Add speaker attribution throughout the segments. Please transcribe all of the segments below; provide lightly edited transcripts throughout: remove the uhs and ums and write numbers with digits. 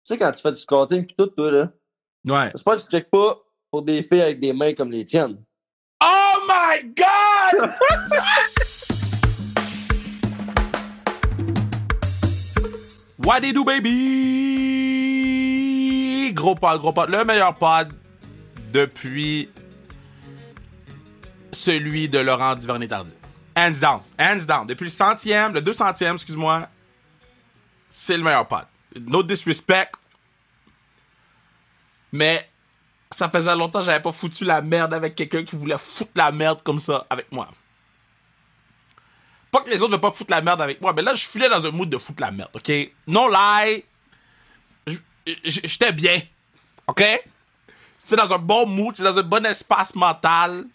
Speaker 1: sais, quand tu fais du scouting pis tout, toi, là,
Speaker 2: Ouais.
Speaker 1: j'espère que tu checkes pas pour des filles avec des mains comme les tiennes.
Speaker 2: Oh my God! What they do, baby? Gros pod. Le meilleur pod depuis celui de Laurent Duvernay-Tardif. Hands down. Depuis le 200e, excuse-moi, c'est le meilleur pod. No disrespect. Mais ça faisait longtemps que j'avais pas foutu la merde avec quelqu'un qui voulait foutre la merde comme ça avec moi. Pas que les autres veulent pas foutre la merde avec moi, mais là, je filais dans un mood de foutre la merde, OK? No lie. J'étais bien. OK? J'étais dans un bon mood, j'étais dans un bon espace mental.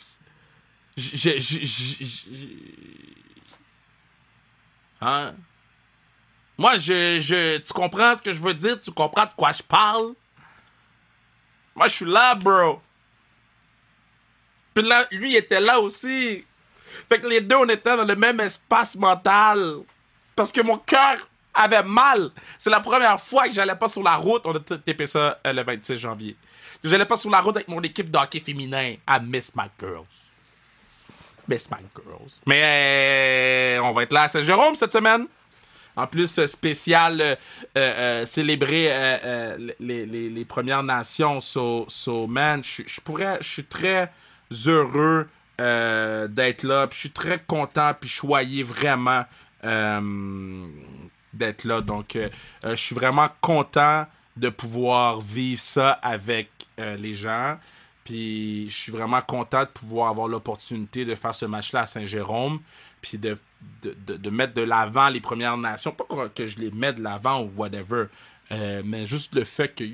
Speaker 2: Hein? Moi, tu comprends ce que je veux dire? Tu comprends de quoi je parle? Moi, je suis là, bro. Puis là, lui, il était là aussi. Fait que les deux, on était dans le même espace mental. Parce que mon cœur avait mal. C'est la première fois que j'allais pas sur la route. On a tapé ça le 26 janvier. J'allais pas sur la route avec mon équipe de hockey féminin. I miss my girls. Mais on va être là à Saint-Jérôme cette semaine. En plus, spécial, célébrer les Premières Nations. So man, je suis très heureux d'être là. Puis je suis très content puis choyé vraiment d'être là. Donc, je suis vraiment content de pouvoir vivre ça avec les gens. Puis je suis vraiment content de pouvoir avoir l'opportunité de faire ce match-là à Saint-Jérôme. Puis de mettre de l'avant les Premières Nations. Pas que je les mette de l'avant ou whatever. Mais juste le fait que,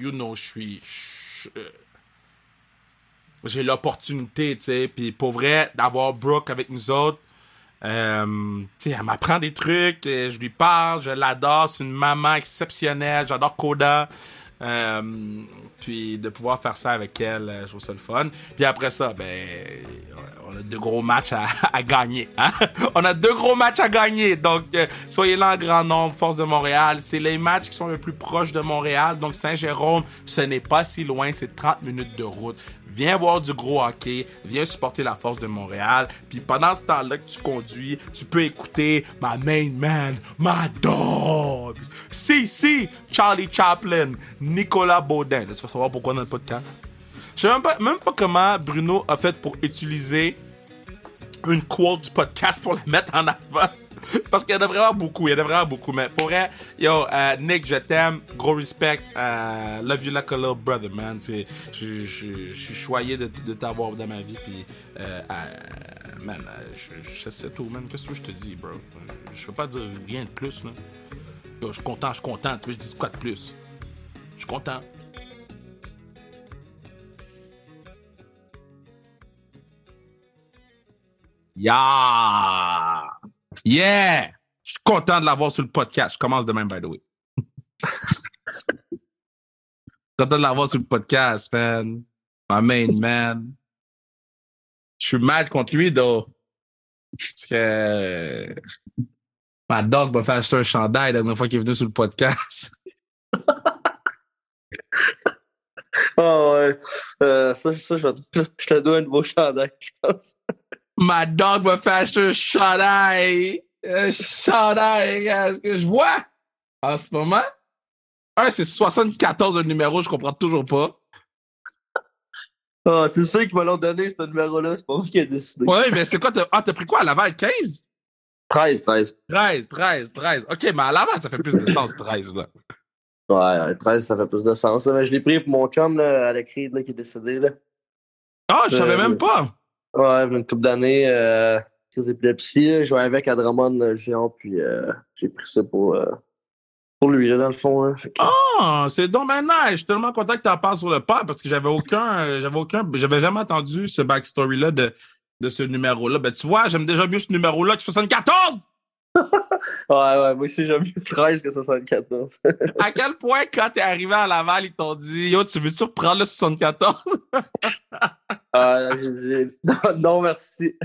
Speaker 2: j'ai l'opportunité, tu sais. Puis pour vrai, d'avoir Brooke avec nous autres, tu sais, elle m'apprend des trucs, je lui parle, je l'adore, c'est une maman exceptionnelle, j'adore Coda. Puis de pouvoir faire ça avec elle, je trouve ça le fun. Puis après ça, on a 2 gros matchs à gagner. Hein? On a 2 gros matchs à gagner. Donc, soyez là en grand nombre, Force de Montréal. C'est les matchs qui sont les plus proches de Montréal. Donc, Saint-Jérôme, ce n'est pas si loin, c'est 30 minutes de route. Viens voir du gros hockey, viens supporter la Force de Montréal. Puis pendant ce temps-là que tu conduis, tu peux écouter my main man, my dog. Si, Charlie Chaplin, Nicolas Baudin. Là, tu vas savoir pourquoi dans le podcast. Je sais même pas comment Bruno a fait pour utiliser une quote du podcast pour la mettre en avant. Parce qu'il y en a vraiment beaucoup. Mais pour vrai, Nick, je t'aime. Gros respect. Love you like a little brother, man. Je suis choyé de t'avoir dans ma vie. Puis, man, je sais tout, man. Qu'est-ce que je te dis, bro? Je veux pas dire rien de plus, là. Yo, je suis content. Tu veux que je dise quoi de plus? Je suis content. Yeah! Je suis content de l'avoir sur le podcast. Je commence demain, by the way. Content de l'avoir sur le podcast, man. My main man. Je suis mad contre lui, though. Parce que ma dog m'a fait acheter un chandail la dernière fois qu'il est venu sur le podcast.
Speaker 1: Oh ouais. Ça, je te dois un nouveau chandail, je pense.
Speaker 2: Ma dog m'a fait acheter un chandail. Un chandail, ce que je vois en ce moment. C'est 74 le numéro, je comprends toujours pas.
Speaker 1: Ah, tu sais qu'ils me l'ont donné, ce numéro-là, c'est pas moi qui ai décidé.
Speaker 2: Ouais, mais c'est quoi? T'as pris quoi à Laval? 15?
Speaker 1: 13.
Speaker 2: 13. OK, mais à Laval, ça fait plus de sens, 13, là.
Speaker 1: Ouais, 13, ça fait plus de sens. Mais je l'ai pris pour mon chum, là, Alec là, qui est décédé, là.
Speaker 2: Ah, je savais même pas.
Speaker 1: Ouais, une couple d'années, crise d'épilepsie, je jouais avec à Drummond Géant, puis j'ai pris ça pour lui, là, dans le fond. Là.
Speaker 2: C'est dommage. Je suis tellement content que tu en parles sur le pod parce que j'avais jamais entendu ce backstory-là de ce numéro-là. Ben, tu vois, j'aime déjà mieux ce numéro-là que 74!
Speaker 1: Ouais, moi aussi, j'aime mieux 13 que 74.
Speaker 2: À quel point, quand t'es arrivé à Laval, ils t'ont dit « Yo, tu veux-tu reprendre le 74? »
Speaker 1: Non, merci.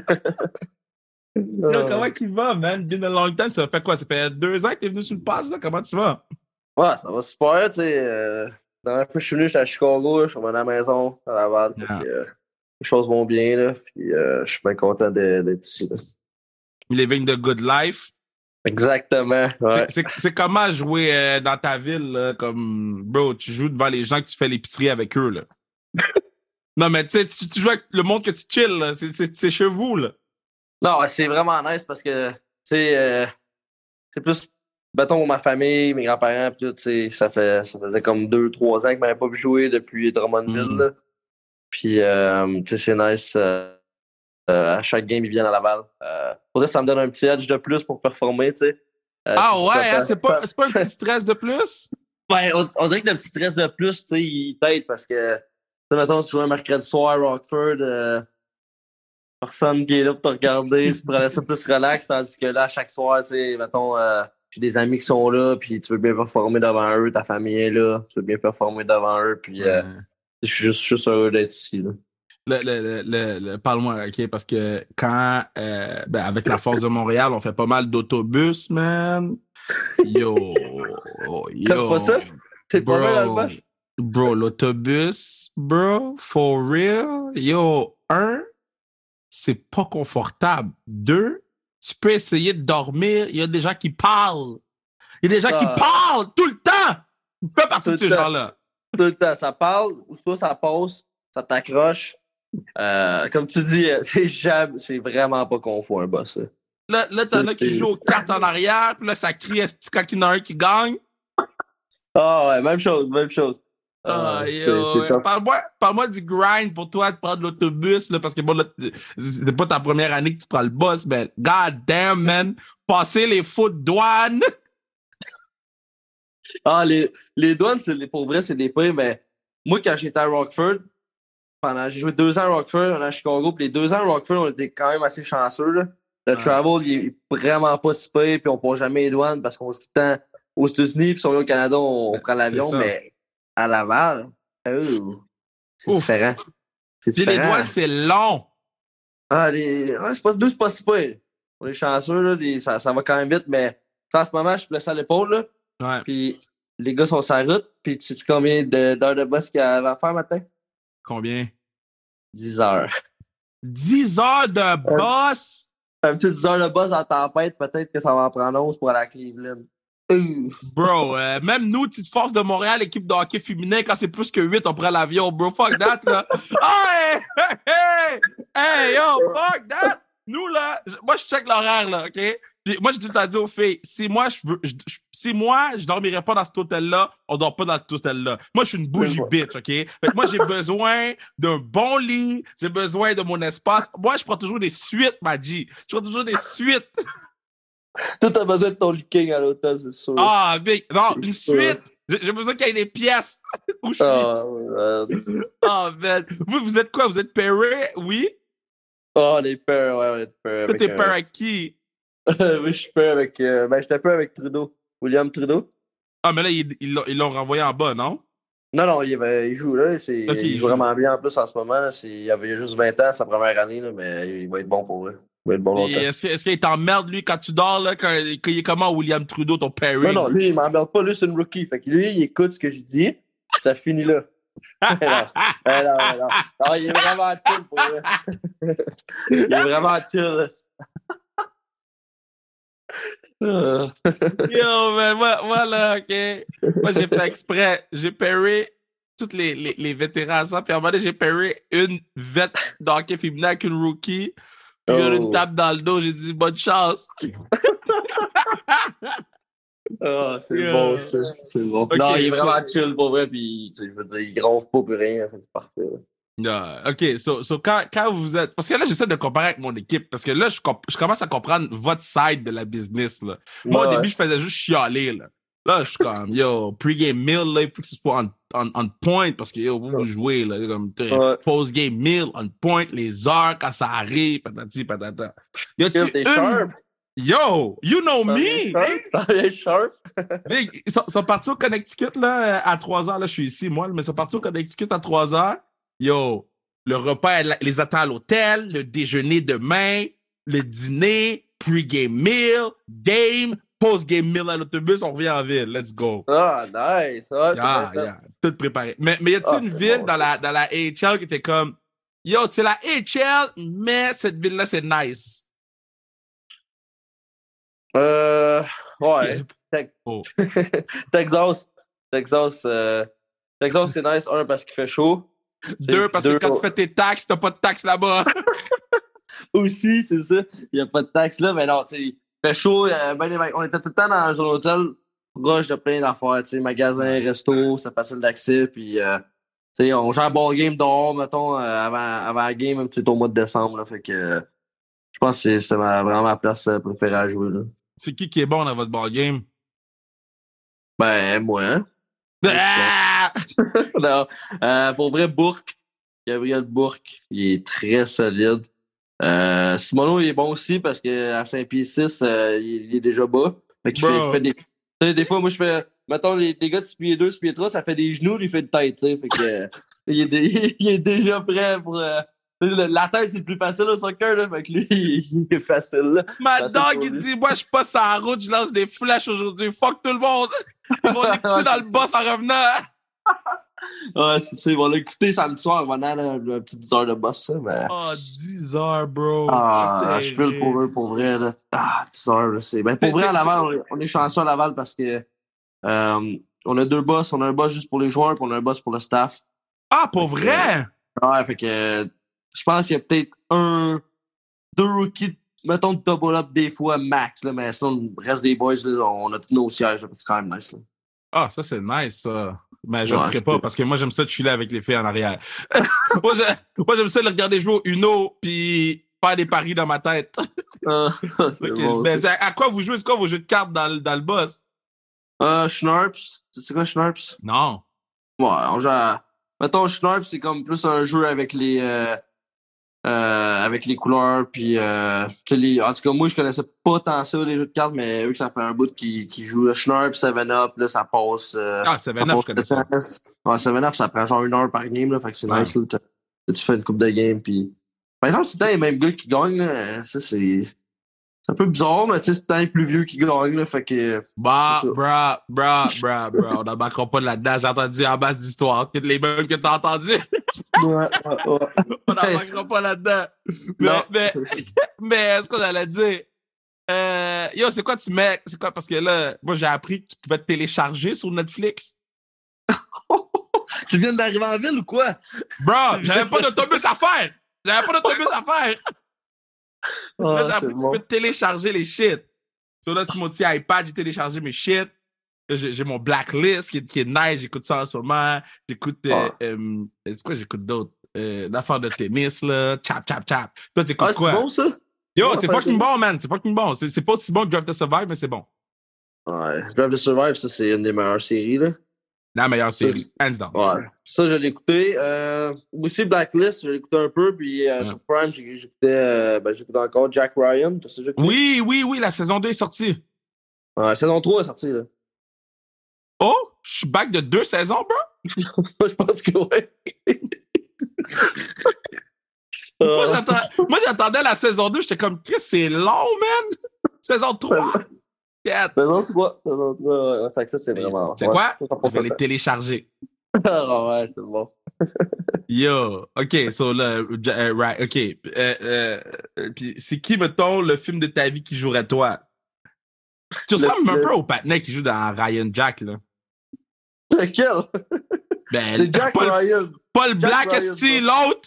Speaker 2: Yo, comment il va, man? Been a long time. Ça fait quoi? Ça fait 2 ans que t'es venu sur le pass, là? Comment tu vas?
Speaker 1: Ouais, ça va super, tu sais. Dans la fois que je suis venu, j'étais à Chicago, là, je suis revenu à la maison, à Laval. Fait que,
Speaker 2: Yeah.
Speaker 1: les choses vont bien, là. Puis je suis bien content d'être ici, là.
Speaker 2: Living the good life.
Speaker 1: Exactement, ouais.
Speaker 2: C'est comment jouer dans ta ville, là, comme, bro, tu joues devant les gens que tu fais l'épicerie avec eux, là. Non, mais tu sais, tu joues avec le monde que tu chill, là. C'est chez vous, là.
Speaker 1: Non, ouais, c'est vraiment nice parce que, tu sais, c'est plus, mettons, pour ma famille, mes grands-parents, puis tout, tu sais, ça faisait comme 2, 3 ans qu'ils m'avaient pas vu jouer depuis Drummondville,
Speaker 2: Mm.
Speaker 1: là. Puis, tu sais, c'est nice. À chaque game, ils viennent à Laval. Pour ça, ça me donne un petit edge de plus pour performer, tu sais.
Speaker 2: Ah
Speaker 1: Puis
Speaker 2: ouais, hein, c'est pas un petit stress de plus?
Speaker 1: Ouais, on dirait que le petit stress de plus, tu sais, il t'aide parce que, tu sais, mettons, tu joues un mercredi soir à Rockford, personne qui est là pour te regarder, tu prenais ça plus relax, tandis que là, chaque soir, tu sais, mettons, j'ai des amis qui sont là, puis tu veux bien performer devant eux, ta famille est là, tu veux bien performer devant eux, puis
Speaker 2: Ouais.
Speaker 1: je suis juste heureux d'être ici, là.
Speaker 2: Parle-moi, OK, parce que quand, ben, avec la Force de Montréal, on fait pas mal d'autobus, man.
Speaker 1: T'aimes pas
Speaker 2: Yo,
Speaker 1: ça? T'es pas mal dans le
Speaker 2: bro,
Speaker 1: boss?
Speaker 2: l'autobus, bro, for real. C'est pas confortable. Deux, tu peux essayer de dormir, il y a des gens qui parlent. Il y a des gens qui
Speaker 1: Ah,
Speaker 2: parlent tout le temps. Tu fais
Speaker 1: tout
Speaker 2: partie de
Speaker 1: le
Speaker 2: ces
Speaker 1: temps.
Speaker 2: gens-là.
Speaker 1: Tout le temps. Ça parle, ou soit ça passe, ça t'accroche. Comme tu dis, c'est vraiment pas confort, un boss. Ça.
Speaker 2: Là, t'en as qui jouent aux cartes en arrière, puis là, ça crie esti quand il y en a un qui gagne.
Speaker 1: Ah ouais, même chose, même chose.
Speaker 2: Ah,
Speaker 1: C'est
Speaker 2: ouais.
Speaker 1: top.
Speaker 2: Parle-moi du grind pour toi de prendre l'autobus, là, parce que bon, là, c'est pas ta première année que tu prends le bus, mais god damn, man, passer les faux de douane.
Speaker 1: Ah, les douanes, pour vrai, c'est des pires, mais moi, quand j'étais à Rockford, j'ai joué 2 ans à Rockford, un an à Chicago, puis les 2 ans à Rockford, on était quand même assez chanceux, là. Le
Speaker 2: Ouais,
Speaker 1: travel, il est vraiment pas si pire, puis on passe jamais les douanes parce qu'on joue tout le temps aux États-Unis, puis si on est au Canada, on prend
Speaker 2: c'est
Speaker 1: l'avion,
Speaker 2: ça.
Speaker 1: mais à Laval, oh, c'est
Speaker 2: Ouf.
Speaker 1: différent. C'est
Speaker 2: Puis les
Speaker 1: différent.
Speaker 2: douanes, c'est long.
Speaker 1: Ah, ouais, c'est pas si pire. On est chanceux, là, ça va quand même vite, mais en ce moment, je suis blessé à l'épaule, là,
Speaker 2: Ouais.
Speaker 1: puis les gars sont sur la route, puis tu sais combien d'heures de bus qu'il y a à faire matin?
Speaker 2: Combien?
Speaker 1: 10 heures.
Speaker 2: 10 heures de
Speaker 1: Un,
Speaker 2: bus.
Speaker 1: un petit 10 heures de bus en tempête, peut-être que ça va en prendre 11 pour aller à Cleveland.
Speaker 2: Bro, même nous, petite force de Montréal, équipe de hockey féminin, quand c'est plus que 8, on prend l'avion, bro. Fuck that, là. Hey, hey, hey, yo, fuck that. Nous, là, moi, je check l'horaire, là, OK? Puis moi, j'ai tout le temps dit aux filles, si moi, je dormirais pas dans cet hôtel-là, on dort pas dans cet hôtel-là. Moi, je suis une bougie bitch, OK? Fait que moi, j'ai besoin d'un bon lit, j'ai besoin de mon espace. Moi, je prends toujours des suites, ma G. Je prends toujours des suites.
Speaker 1: Toi, t'as besoin de ton leaking à l'hôtel, c'est sûr.
Speaker 2: Ah, big. Non,
Speaker 1: C'est
Speaker 2: les
Speaker 1: sûr.
Speaker 2: suites. J'ai besoin qu'il y ait des pièces où je suis.
Speaker 1: Ah,
Speaker 2: Ah, man. Vous êtes quoi? Vous êtes pairé? Oui?
Speaker 1: les peurs, ouais, on est peur
Speaker 2: Toi,
Speaker 1: avec
Speaker 2: t'es
Speaker 1: un.
Speaker 2: pair avec qui?
Speaker 1: Oui, je suis peur avec. Ben, j'étais peur avec Trudeau. William Trudeau.
Speaker 2: Ah, mais là, ils l'ont renvoyé en bas, non?
Speaker 1: Non, non, il joue là.
Speaker 2: Ok,
Speaker 1: Il
Speaker 2: il
Speaker 1: joue
Speaker 2: joue.
Speaker 1: vraiment bien en plus en ce moment. Là. Il avait juste 20 ans, sa première année, là, mais il va être bon pour eux. Il va être bon
Speaker 2: Et
Speaker 1: longtemps.
Speaker 2: est-ce qu'il t'emmerde, lui, quand tu dors, là, quand il est comment, William Trudeau, ton
Speaker 1: Non,
Speaker 2: pairing?
Speaker 1: non, lui, il m'emmerde pas. Lui, c'est une rookie. Fait que lui, il écoute ce que je dis. Ça finit là. non. Non. Non, il est vraiment chill pour eux. Il est vraiment chill. Là.
Speaker 2: Yo, man, moi, là, OK. Moi, j'ai fait exprès. J'ai pairé tous les vétérans à ça. Puis à un moment donné, j'ai pairé une vette d'hockey féminin avec une rookie. Puis j'ai eu une
Speaker 1: Oh.
Speaker 2: tape dans le dos. J'ai dit bonne chance.
Speaker 1: Ah, c'est bon,
Speaker 2: Yeah.
Speaker 1: ça. C'est bon.
Speaker 2: OK,
Speaker 1: Non, il est
Speaker 2: so,
Speaker 1: vraiment chill pour vrai. Puis, tu sais, je veux dire, il ronfle pas pour rien. C'est parfait.
Speaker 2: yeah. OK, quand vous êtes... Parce que là, j'essaie de comparer avec mon équipe. Parce que là, je commence à comprendre votre side de la business. Là. Moi, au
Speaker 1: Ouais.
Speaker 2: début, je faisais juste chialer. Là, je suis comme, yo, pre-game meal, là, il faut que ce soit on point parce que, yo, vous jouez, là, comme,
Speaker 1: Ouais.
Speaker 2: post-game meal, on point, les heures, quand ça arrive, patati, patata. Y a-tu
Speaker 1: T'es
Speaker 2: une...
Speaker 1: sharp.
Speaker 2: Yo, you know
Speaker 1: T'en viens
Speaker 2: me!
Speaker 1: sharp. T'en viens sharp.
Speaker 2: Big, ils sont partis au Connecticut, là, à 3 heures. Là, je suis ici, moi, mais ils sont partis au Connecticut à 3 heures. Yo, le repas les attend à l'hôtel, le déjeuner demain, le dîner, pre-game meal, game, post-game meal à l'autobus, on revient en ville. Let's go.
Speaker 1: Ah, nice. Ah, c'est bien fait.
Speaker 2: Yeah. Tout préparé. Mais y a-t-il une ville
Speaker 1: bon,
Speaker 2: dans la AHL qui était comme, yo, c'est la AHL, mais cette ville-là, c'est nice.
Speaker 1: Ouais.
Speaker 2: Oh.
Speaker 1: Texas. Texas, c'est nice. Un, parce qu'il fait chaud.
Speaker 2: Deux, parce que quand tu fais tes taxes, t'as pas de taxes là-bas.
Speaker 1: Aussi, c'est ça. Il n'y a pas de taxes là, mais non, tu sais, il fait chaud. On était tout le temps dans un hôtel proche de plein d'affaires, tu sais, magasins, restos, c'est facile d'accès. Puis, tu sais, on joue un ball game dehors, mettons, avant la game, c'est au mois de décembre. Là, fait que je pense que c'est vraiment ma place préférée à jouer. Là.
Speaker 2: C'est qui est bon dans votre ball game?
Speaker 1: Ben, moi, hein?
Speaker 2: Ah!
Speaker 1: Non. Pour vrai, Bourque, Gabriel Bourque, il est très solide. Simoneau, il est bon aussi parce qu'à 5 pieds 6, il est déjà bas. Fait qu'il fait des. Tu sais, des fois, moi, je fais. Mettons, les gars de 6 pieds 2, 6 pieds 3, ça fait des genoux, lui, il fait de tête. Fait que, il est déjà prêt pour. La tête, c'est le plus facile au soccer, là. Fait que lui, il est facile, là.
Speaker 2: Ma dog, il dit, moi, je passe à la route, je lance des flèches aujourd'hui. Fuck tout le monde. Ils vont l'écouter dans le boss en revenant.
Speaker 1: Ouais, c'est ça. Ils vont l'écouter samedi soir en revenant, là, une petite 10 heures de boss, ça. Mais...
Speaker 2: Oh, 10 heures, bro.
Speaker 1: Je file pour eux, pour vrai, là. 10 heures, là, c'est... Ben, pour vrai, à Laval, on est chanceux à Laval parce que on a 2 boss. On a un boss juste pour les joueurs, puis on a un boss pour le staff.
Speaker 2: Ah, pour vrai?
Speaker 1: Ouais, fait que je pense qu'il y a peut-être 2 rookies, mettons, de double up des fois, max, là, mais sinon, le reste des boys, là, on a tous nos sièges, là, c'est quand même nice, là.
Speaker 2: Ah, ça, c'est nice, ça. Mais je le
Speaker 1: Ouais,
Speaker 2: ferai pas parce que moi, j'aime ça de chiller avec les filles en arrière. moi, j'aime ça de les regarder jouer au Uno puis faire des paris dans ma tête.
Speaker 1: c'est
Speaker 2: Okay.
Speaker 1: bon,
Speaker 2: Mais à quoi vous jouez? C'est quoi vos jeux de cartes dans le boss?
Speaker 1: Schnarps. C'est quoi Schnarps?
Speaker 2: Non.
Speaker 1: Ouais, on joue à... Mettons, Schnarps, c'est comme plus un jeu avec les couleurs, puis en tout cas, moi, je connaissais pas tant ça, les jeux de cartes, mais eux, ça fait un bout qui jouent Schnarps, 7-Up, là, ça passe...
Speaker 2: Ah, 7-Up, je connais ça.
Speaker 1: Ouais, 7-Up, ça prend genre 1 heure par game, là, fait que c'est nice, là, tu fais une coupe de game, puis... Par exemple, c'est tout le temps les mêmes gars qui gagnent, là, ça, c'est un peu bizarre, mais tu sais, c'est tout le temps les plus vieux qui gagnent, là, fait que...
Speaker 2: Bah, bro, on n'embarquera pas là-dedans. J'ai entendu en base d'histoire, les mêmes que t'as entendu.
Speaker 1: Ouais.
Speaker 2: On n'embarquera pas là-dedans. Mais ce qu'on allait dire, yo, c'est quoi tu mets? C'est quoi? Parce que là, moi, j'ai appris que tu pouvais te télécharger sur Netflix.
Speaker 1: Tu viens d'arriver en ville ou quoi?
Speaker 2: Bro, j'avais pas d'autobus à faire. Là, j'ai appris que tu peux télécharger les shit. So là, sur mon petit iPad, j'ai téléchargé mes shit. J'ai mon Blacklist qui est nice. J'écoute ça en ce moment. J'écoute... c'est quoi j'écoute d'autres? L'affaire de tennis, là. Chap. Toi, t'écoutes quoi?
Speaker 1: C'est bon, ça?
Speaker 2: Yo, c'est fucking bon, man. C'est fucking bon. C'est pas aussi bon que Drive to Survive, mais c'est bon.
Speaker 1: Ouais. Drive to Survive, ça, c'est une des meilleures séries, là.
Speaker 2: La meilleure série. Hands down.
Speaker 1: Ouais. Ça, je l'ai écouté. Aussi, Blacklist, je l'ai écouté un peu. Puis sur Prime, j'écoutais encore Jack Ryan.
Speaker 2: Oui, la saison 2 est sortie.
Speaker 1: Ouais, saison 3 est sortie, là.
Speaker 2: Oh, je suis back de 2 saisons, bro?
Speaker 1: Je pense que oui.
Speaker 2: Moi, j'attendais la saison 2. J'étais comme, Chris, c'est long, man. Saison 3.
Speaker 1: Saison 3, ouais, ça, c'est vraiment...
Speaker 2: C'est quoi? Je vais les télécharger.
Speaker 1: Ouais, c'est bon.
Speaker 2: Yo, OK, so là, right, OK. Puis c'est qui, mettons, le film de ta vie qui jouerait toi? Tu ressembles un peu au patinet qui joue dans Ryan Jack, là.
Speaker 1: Lequel?
Speaker 2: Ben,
Speaker 1: c'est Jack Ryan.
Speaker 2: Paul Black, est-ce l'autre?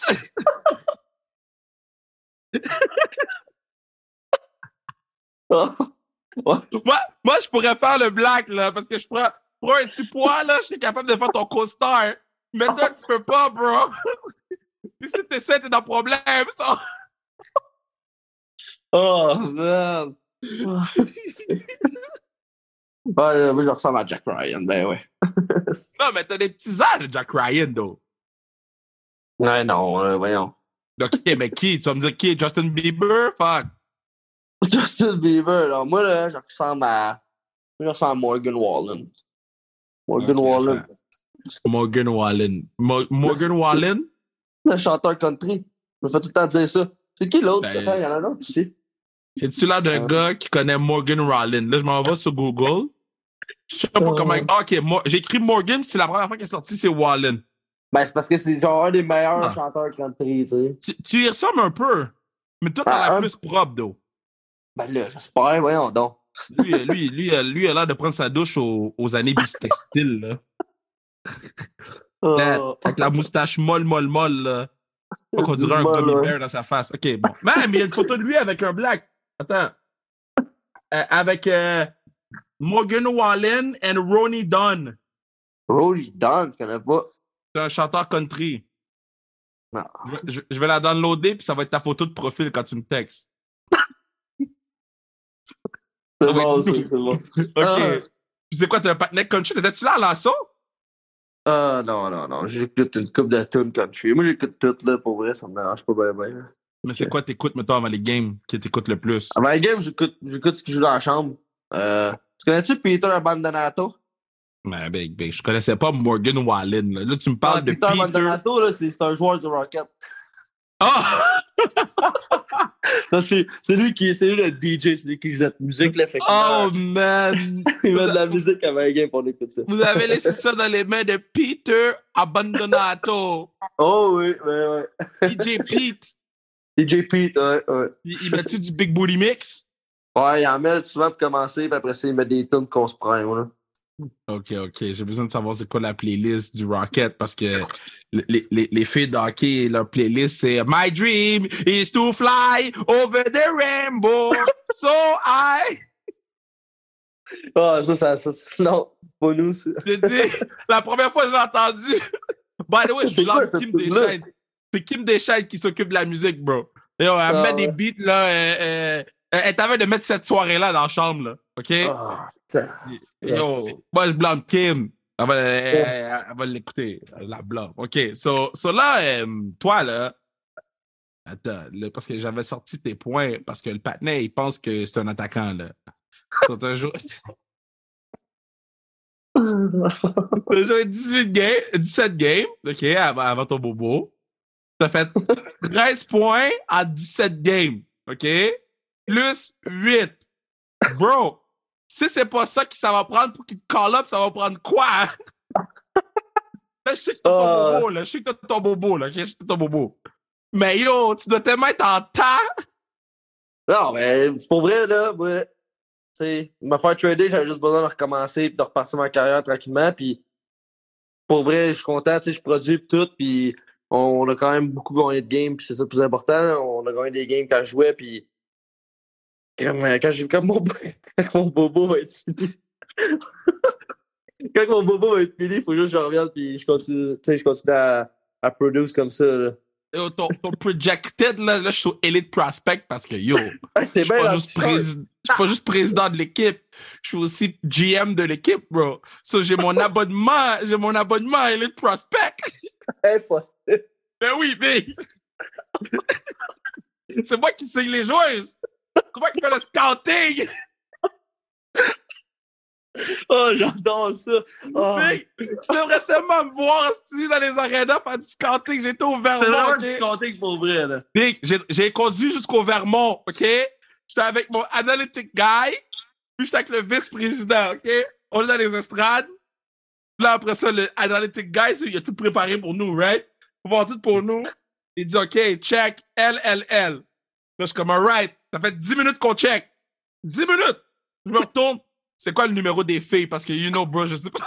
Speaker 2: Moi, je pourrais faire le Black, là, parce que je prends un petit poids, là, je suis capable de faire ton co-star. Mais toi, tu peux pas, bro. Si t'essaies, t'es dans le problème, ça.
Speaker 1: Oh, man. Ouais, moi, je ressemble à Jack Ryan, ben ouais.
Speaker 2: Non, mais t'as des petits airs de Jack Ryan, though.
Speaker 1: Ouais, non, voyons.
Speaker 2: OK, mais qui? Tu vas me dire qui? Justin Bieber? Fuck.
Speaker 1: Justin Bieber, là. Moi, là, je ressemble à Morgan Wallen. Morgan
Speaker 2: Wallen?
Speaker 1: Le chanteur country. Je me fais tout le temps dire ça. C'est qui l'autre?
Speaker 2: Ben,
Speaker 1: Il y en a un autre aussi.
Speaker 2: J'ai-tu l'air d'un gars qui connaît Morgan Wallen? Là, je m'en vais sur Google. Je sais pas comment. Ah, OK, j'ai écrit Morgan, puis c'est la première fois qu'il est sorti, c'est Wallen.
Speaker 1: Ben, c'est parce que c'est genre un des meilleurs
Speaker 2: Ah.
Speaker 1: chanteurs country, tu sais.
Speaker 2: Tu y ressembles un peu. Mais toi, t'as l'air plus propre, d'eau.
Speaker 1: Ben là, j'espère, voyons donc.
Speaker 2: Lui, il a l'air de prendre sa douche aux années bisextiles, là. Avec la moustache molle, là. Pas qu'on dirait un gummy bear dans sa face. OK, bon. Mais il y a une photo de lui avec un black. Attends. Avec Morgan Wallen et Ronnie Dunn.
Speaker 1: Ronnie Dunn, je connais pas.
Speaker 2: C'est un chanteur country.
Speaker 1: Non.
Speaker 2: Je vais la downloader, puis ça va être ta photo de profil quand tu me textes.
Speaker 1: C'est bon, c'est bon.
Speaker 2: OK. Puis c'est quoi, t'es un patinet country? T'étais-tu là à l'assaut?
Speaker 1: Non. J'écoute une couple de tunes country. Moi, j'écoute toutes, là, pour vrai, ça me dérange pas bien.
Speaker 2: Mais c'est quoi t'écoutes, mettons, avant les games, qui t'écoutes le plus?
Speaker 1: Avant les games, j'écoute ce qui joue dans la chambre. Tu connais-tu Peter Abandonato?
Speaker 2: Ben, je connaissais pas Morgan Wallen. Là, tu me parles de
Speaker 1: Peter Abandonato, là, c'est un joueur du Rocket.
Speaker 2: Ah!
Speaker 1: Ça, c'est lui le DJ, c'est lui qui joue de la musique, là.
Speaker 2: Oh, man!
Speaker 1: Il met de la musique avant les games pour écouter ça.
Speaker 2: Vous avez laissé ça dans les mains de Peter Abandonato.
Speaker 1: Oh, oui, ouais.
Speaker 2: DJ Pete.
Speaker 1: DJ Pete, ouais.
Speaker 2: Il met-tu du Big Booty Mix?
Speaker 1: Ouais, il en met souvent pour commencer, puis après ça, il met des tunes qu'on se prend, là.
Speaker 2: OK. J'ai besoin de savoir c'est quoi la playlist du Rocket parce que les filles d'hockey, leur playlist, c'est My dream is to fly over the rainbow so high.
Speaker 1: Ah, ça, non, c'est pas nous, ça.
Speaker 2: J'ai dit, la première fois que je l'ai entendu, by the way, je blâme Kim Deschênes. C'est Kim Deschênes qui s'occupe de la musique, bro. Et elle met des beats, là. Elle t'avait de mettre cette soirée-là dans la chambre, là. OK? Yo, moi, je blâme Kim. Elle va l'écouter. La blâme. OK. So là, toi, là. Attends, là, parce que j'avais sorti tes points, parce que le patinet, il pense que c'est un attaquant, là. C'est un jour. T'as joué 17 games, OK, avant ton bobo. T'as fait 13 points à 17 games, OK? Plus 8. Bro, si c'est pas ça que ça va prendre pour qu'il te call up, ça va prendre quoi? Là, je sais que t'as ton bobo, là. Je sais que t'as ton bobo, là. OK? Je sais que t'as ton bobo. Mais yo, tu dois tellement être en temps.
Speaker 1: Non, mais c'est pour vrai, là, moi, tu sais, me faire trader, j'avais juste besoin de recommencer et de repartir ma carrière tranquillement. Puis pour vrai, je suis content, tu sais, je produis et tout. Puis on a quand même beaucoup gagné de games, puis c'est ça le plus important. On a gagné des games quand je jouais, puis quand mon bobo va être fini. Quand mon bobo va être fini, il faut juste que je revienne, puis je continue à produire comme ça, là.
Speaker 2: Yo, ton projected, là, je suis sur Elite Prospect parce que, yo, je suis pas juste président de l'équipe, je suis aussi GM de l'équipe, bro. So, j'ai mon abonnement à Elite Prospect. Ben oui, mais c'est moi qui signe les joueurs. C'est moi qui fais le scouting.
Speaker 1: Oh, j'adore ça. Oh.
Speaker 2: Mais, tu devrais tellement me voir dans les arénas faire du scouting. J'étais au Vermont.
Speaker 1: C'est vraiment du scouting pour vrai, là.
Speaker 2: Big, j'ai conduit jusqu'au Vermont, OK? J'étais avec mon analytic guy, puis j'étais avec le vice-président, OK? On est dans les estrades. Là, après ça, le analytic guy, il a tout préparé pour nous, right? Il va voir tout pour nous. Il dit, OK, check, LLL. Là, je suis comme, all right, ça fait 10 minutes qu'on check. 10 minutes! Je me retourne. C'est quoi le numéro des filles? Parce que, you know, bro, je sais pas.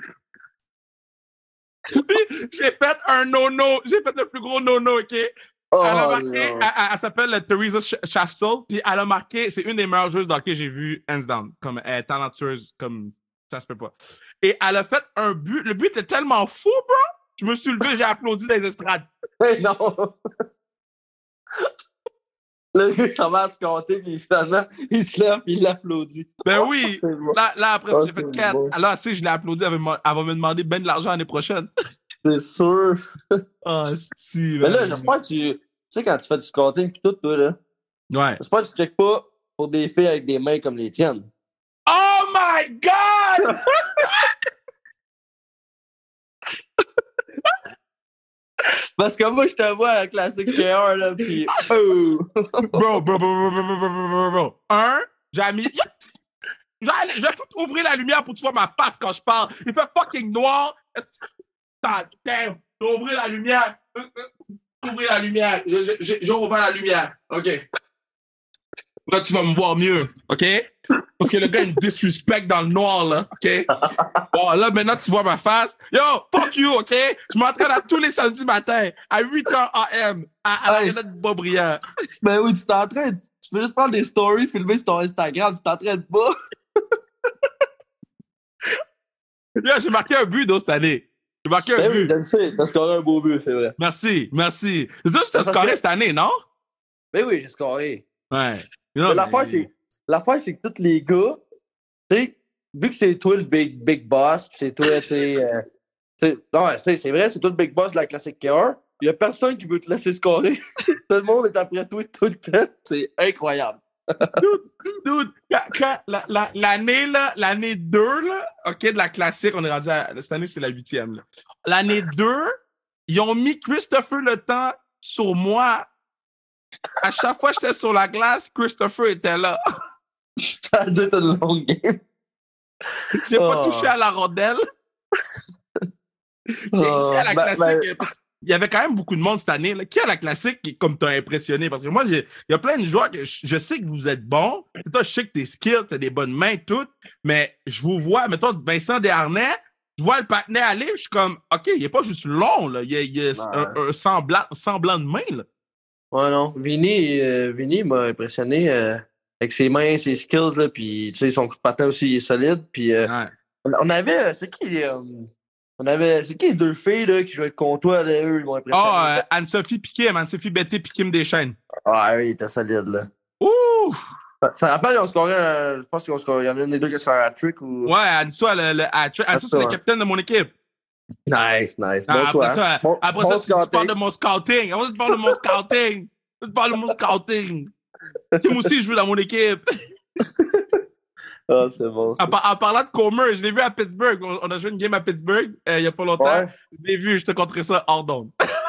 Speaker 2: Puis, j'ai fait un no-no. J'ai fait le plus gros no-no, OK? Elle a marqué, elle s'appelle Theresa Shafsel, puis elle a marqué, c'est une des meilleures joueuses dans que j'ai vu, hands down. Comme elle est talentueuse, comme ça se peut pas. Et elle a fait un but. Le but était tellement fou, bro. Je me suis levé, j'ai applaudi dans les estrades.
Speaker 1: Mais non! Le gars, ça va se compter, puis finalement, il se lève, puis il l'applaudit.
Speaker 2: Ben oui! Là après, j'ai fait 4. Bon. Alors, si je l'ai applaudi, elle va me demander ben de l'argent l'année prochaine.
Speaker 1: C'est sûr!
Speaker 2: Ah, si,
Speaker 1: mais là, j'espère que tu sais, quand tu fais du scouting, puis tout, toi, là.
Speaker 2: Ouais.
Speaker 1: J'espère que tu checkes pas pour des filles avec des mains comme les tiennes.
Speaker 2: Oh my God!
Speaker 1: Parce que moi, je te vois à la classique KR, là, pis... Oh!
Speaker 2: Bro. J'ai mis... Je vais foutre ouvrir la lumière pour que tu vois ma face quand je parle. Il fait fucking noir. Damn. Je vais ouvrir la lumière. Ouvrir la lumière. J'ai ouvert la lumière. OK. Là, tu vas me voir mieux. OK? Parce que le gars, il me disrespect dans le noir, là. OK? Bon, là, maintenant, tu vois ma face. Yo, fuck you, OK? Je m'entraîne à tous les samedis matins, à 8h AM, à l'arena de Boisbriand.
Speaker 1: Ben oui, tu t'entraînes. Tu peux juste prendre des stories, filmer sur ton Instagram, tu t'entraînes pas.
Speaker 2: Yo, j'ai marqué un but, cette année. J'ai marqué un but.
Speaker 1: Oui, je le sais, t'as scoré un beau but, c'est vrai.
Speaker 2: Merci. Tu sais, t'as scoré cette année, non?
Speaker 1: Ben oui, j'ai scoré.
Speaker 2: Ouais.
Speaker 1: Mais l'affaire, c'est que tous les gars, tu sais, vu que c'est toi le big boss, pis c'est toi, tu sais, non, c'est vrai, c'est toi le big boss de la classique KR, il y a personne qui veut te laisser scorer. Tout le monde est après toi tout le temps. C'est incroyable.
Speaker 2: Dude, l'année 2, là, OK, de la classique, on est rendu à... Cette année, c'est la 8e, là. L'année 2, ils ont mis Christopher Le Temps sur moi. À chaque fois que j'étais sur la glace, Christopher était là.
Speaker 1: Ça a dû être une longue game.
Speaker 2: J'ai pas touché à la rondelle. Qui à la classique? Il y avait quand même beaucoup de monde cette année. Là. Qui à la classique qui, comme t'as impressionné? Parce que moi, il y a plein de joueurs que je sais que vous êtes bons. Toi, je sais que t'es skilled, t'as des bonnes mains, toutes. Mais je vous vois, mettons, Vincent Desharnais, je vois le patinet aller, je suis comme, OK, il est pas juste long, là. Il y a un semblant de main, là.
Speaker 1: Ouais, non. Vinny m'a impressionné avec ses mains, ses skills, là, puis tu sais, son coup de patin aussi il est solide. Puis
Speaker 2: Ouais.
Speaker 1: on avait, c'est qui les deux filles là, qui jouaient contre toi, là, eux, ils m'ont impressionné.
Speaker 2: Anne-Sophie Piquim, Anne-Sophie Betté Piquim Deschênes.
Speaker 1: Ah oui, il était solide, là.
Speaker 2: Ouh!
Speaker 1: Ça rappelle, on scorait, je pense qu'il y en a une des deux qui a scoré un hat-trick ou...
Speaker 2: Ouais, Anne-Sophie, Anne-Sophie, c'est le capitaine de mon équipe.
Speaker 1: Nice. Bon choix.
Speaker 2: Après ça, tu parles de mon scouting. Tim aussi, je joue dans mon équipe.
Speaker 1: Ah, c'est bon.
Speaker 2: En parlant de Comer, je l'ai vu à Pittsburgh. On a joué une game à Pittsburgh il n'y a pas longtemps.
Speaker 1: Ouais.
Speaker 2: Je l'ai vu, je te conterai ça hors d'onde.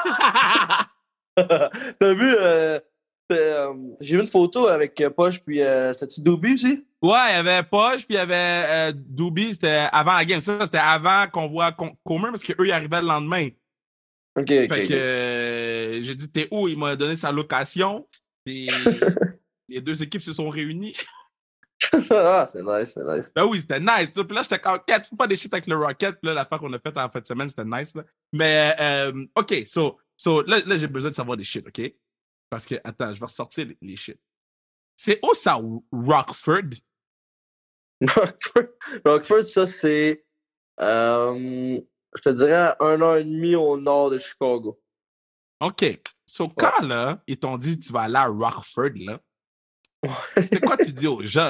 Speaker 1: T'as vu, j'ai vu une photo avec Poche, puis c'était-tu Doobie aussi?
Speaker 2: Ouais, il y avait Poche, puis il y avait Doobie, c'était avant la game. Ça, c'était avant qu'on voit Comer, parce qu'eux, ils arrivaient le lendemain.
Speaker 1: OK.
Speaker 2: Fait que j'ai dit, t'es où? Il m'a donné sa location. Et les deux équipes se sont réunies.
Speaker 1: Ah, c'est nice.
Speaker 2: Ben oui, c'était nice. Puis là, j'étais comme, tu fais pas des shit avec le Rocket. Puis là, l'affaire qu'on a faite en fin de semaine, c'était nice. Là. Mais, OK, so là, j'ai besoin de savoir des shit, OK? Parce que, attends, je vais ressortir les shit. C'est où ça, Rockford?
Speaker 1: Rockford, ça, c'est, je te dirais, 1h30 au nord de Chicago.
Speaker 2: OK. So, quand, là, ils t'ont dit, tu vas aller à Rockford, là, c'est quoi tu dis aux gens?